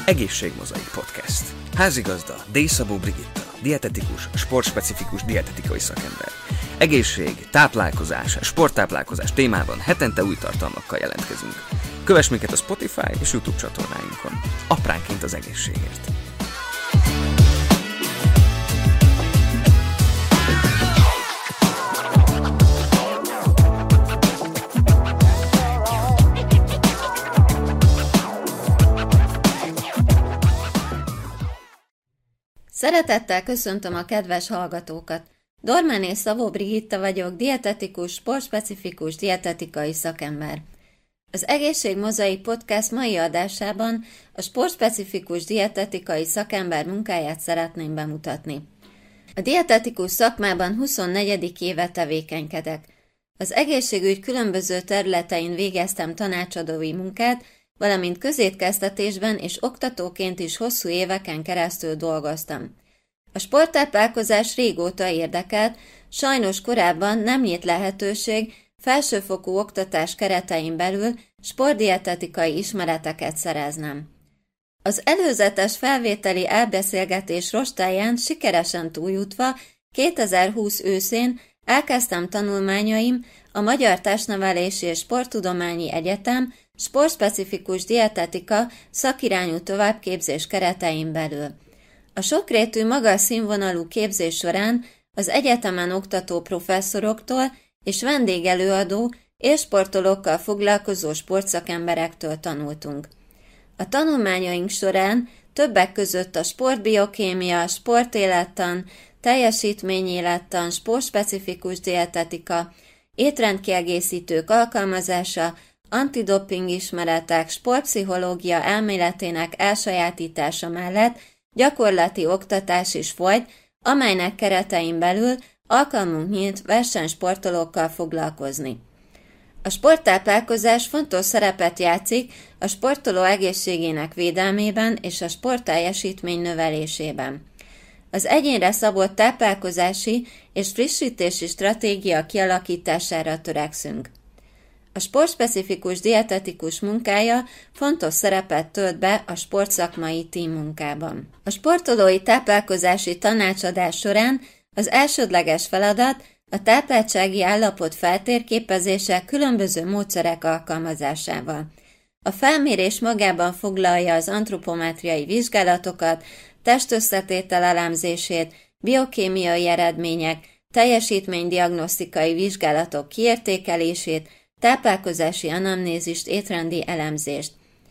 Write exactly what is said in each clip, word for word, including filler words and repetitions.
Egészségmozaik Podcast. Házigazda D. Szabó Brigitta, dietetikus, sportspecifikus dietetikai szakember. Egészség, táplálkozás, sporttáplálkozás témában hetente új tartalmakkal jelentkezünk. Kövess minket a Spotify és YouTube csatornáinkon. Apránként az egészségért. Szeretettel köszöntöm a kedves hallgatókat! Dormáné Szabó Brigitta vagyok, dietetikus, sportspecifikus dietetikai szakember. Az Egészségmozaik Podcast mai adásában a sportspecifikus dietetikai szakember munkáját szeretném bemutatni. A dietetikus szakmában huszonnegyedik éve tevékenykedek. Az egészségügy különböző területein végeztem tanácsadói munkát, valamint közétkeztetésben és oktatóként is hosszú éveken keresztül dolgoztam. A sporttáplálkozás régóta érdekelt, sajnos korábban nem nyílt lehetőség felsőfokú oktatás keretein belül sportdietetikai ismereteket szereznem. Az előzetes felvételi elbeszélgetés rostáján sikeresen túljutva kétezer-húsz őszén elkezdtem tanulmányaim a Magyar Testnevelési és Sporttudományi Egyetem sportspecifikus dietetika szakirányú továbbképzés keretein belül. A sokrétű magas színvonalú képzés során az egyetemen oktató professzoroktól és vendégelőadó élsportolókkal foglalkozó sportszakemberektől tanultunk. A tanulmányaink során többek között a sportbiokémia, sportélettan, teljesítményélettan, sportspecifikus dietetika, étrendkiegészítők alkalmazása, antidoping ismeretek, sportpszichológia elméletének elsajátítása mellett gyakorlati oktatás is folyt, amelynek keretein belül alkalmunk nyílt versenysportolókkal foglalkozni. A sporttáplálkozás fontos szerepet játszik a sportoló egészségének védelmében és a sportteljesítmény növelésében. Az egyénre szabott táplálkozási és frissítési stratégia kialakítására törekszünk. A sportspecifikus dietetikus munkája fontos szerepet tölt be a sportszakmai tím munkában. A sportolói táplálkozási tanácsadás során az elsődleges feladat a tápláltsági állapot feltérképezése különböző módszerek alkalmazásával. A felmérés magában foglalja az antropometriai vizsgálatokat, testösszetétel elemzését, biokémiai eredmények, teljesítménydiagnosztikai vizsgálatok kiértékelését, táplálkozási anamnézist, étrendi elemzést.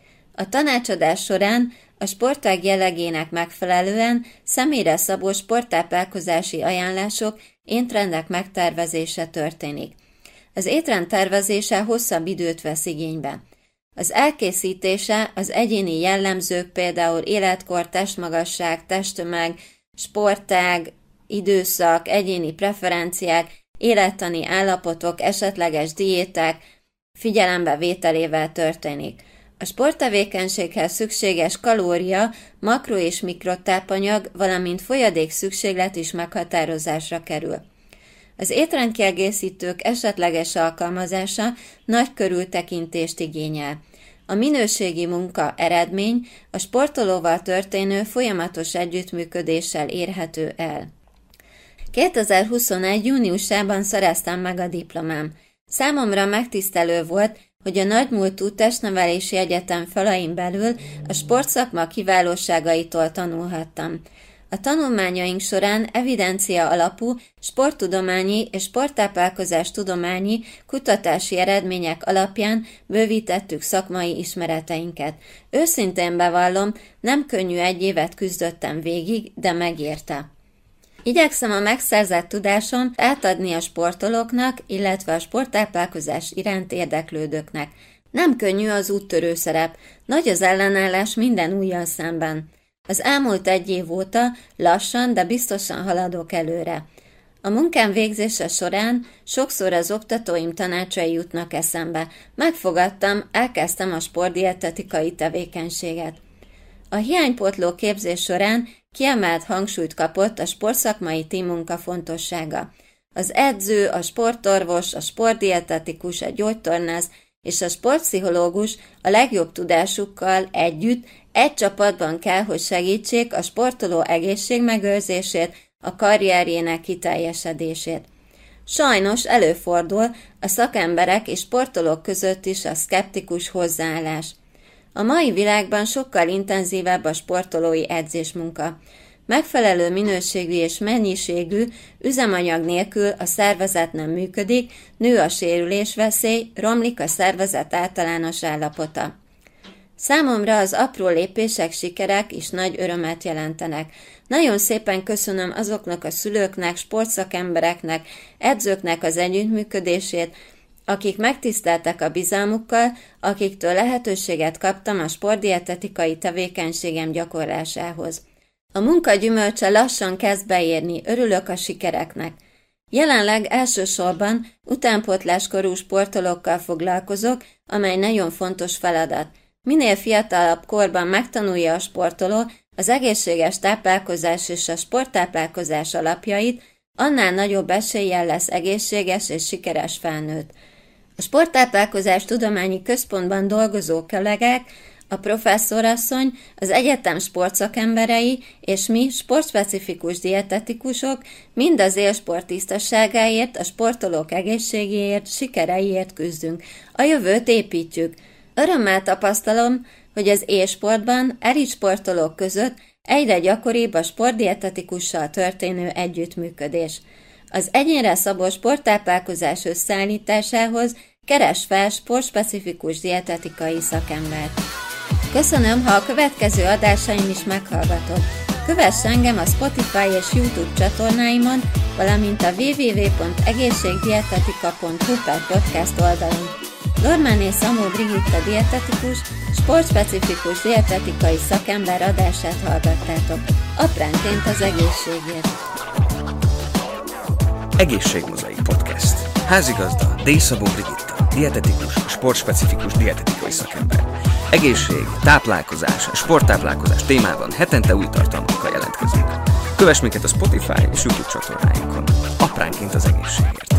A tanácsadás során a sportág jellegének megfelelően személyre szabó sporttáplálkozási ajánlások, étrendek megtervezése történik. Az étrend tervezése hosszabb időt vesz igénybe. Az elkészítése az egyéni jellemzők, például életkor, testmagasság, testtömeg, sportág, időszak, egyéni preferenciák, élettani állapotok, esetleges diéták figyelembevételével történik. A sporttevékenységhez szükséges kalória, makro- és mikrotápanyag, valamint folyadék szükséglet is meghatározásra kerül. Az étrendkiegészítők esetleges alkalmazása nagy körültekintést igényel. A minőségi munka eredmény a sportolóval történő folyamatos együttműködéssel érhető el. kétezer-huszonegy. júniusában szereztem meg a diplomám. Számomra megtisztelő volt, hogy a nagymúltú testnevelési egyetem falain belül a sportszakma kiválóságaitól tanulhattam. A tanulmányaink során evidencia alapú sporttudományi és sporttáplálkozás tudományi kutatási eredmények alapján bővítettük szakmai ismereteinket. Őszintén bevallom, nem könnyű egy évet küzdöttem végig, de megérte. Igyekszem a megszerzett tudásom átadni a sportolóknak, illetve a sporttáplálkozás iránt érdeklődőknek. Nem könnyű az úttörő szerep, nagy az ellenállás minden újjal szemben. Az elmúlt egy év óta lassan, de biztosan haladok előre. A munkám végzése során sokszor az oktatóim tanácsai jutnak eszembe. Megfogadtam, elkezdtem a sportdietetikai tevékenységet. A hiánypótló képzés során kiemelt hangsúlyt kapott a sportszakmai tímmunka fontossága. Az edző, a sportorvos, a sportdietetikus, a gyógytornász és a sportpszichológus a legjobb tudásukkal együtt egy csapatban kell, hogy segítsék a sportoló egészségmegőrzését, a karrierjének kiteljesedését. Sajnos előfordul a szakemberek és sportolók között is a szkeptikus hozzáállás. A mai világban sokkal intenzívebb a sportolói edzésmunka. Megfelelő minőségű és mennyiségű üzemanyag nélkül a szervezet nem működik, nő a sérülésveszély, romlik a szervezet általános állapota. Számomra az apró lépések, sikerek is nagy örömet jelentenek. Nagyon szépen köszönöm azoknak a szülőknek, sportszakembereknek, edzőknek az együttműködését, akik megtiszteltek a bizalmukkal, akiktől lehetőséget kaptam a sportdietetikai tevékenységem gyakorlásához. A munka gyümölcse lassan kezd beérni, örülök a sikereknek. Jelenleg elsősorban utánpótláskorú sportolókkal foglalkozok, amely nagyon fontos feladat. Minél fiatalabb korban megtanulja a sportoló az egészséges táplálkozás és a sporttáplálkozás alapjait, annál nagyobb eséllyel lesz egészséges és sikeres felnőtt. A Sporttáplálkozás Tudományi Központban dolgozó kollégák, a professzorasszony, az egyetem sportszakemberei és mi, sportspecifikus dietetikusok mind az élsport tisztaságáért, a sportolók egészségéért, sikereiért küzdünk. A jövőt építjük. Örömmel tapasztalom, hogy az élsportban elit sportolók között egyre gyakoribb a sportdietetikussal történő együttműködés. Az egyénre szabott sporttáplálkozás összeállításához keres fel sportspecifikus dietetikai szakembert. Köszönöm, ha a következő adásaim is meghallgatod. Kövess engem a Spotify és YouTube csatornáimon, valamint a double-u double-u double-u pont egészségdietetika pont hu per podcast oldalon. Dormáné Szabó Brigitta dietetikus, sportspecifikus dietetikai szakember adását hallgattátok. Apránként az egészségért. Egészségmozaik Podcast. Házigazda D. Szabó Brigitta, dietetikus, sportspecifikus dietetikai szakember. Egészség, táplálkozás, sporttáplálkozás témában hetente új tartalmakkal jelentkezünk. Kövess minket a Spotify és YouTube csatornáinkon. Apránként az egészségért.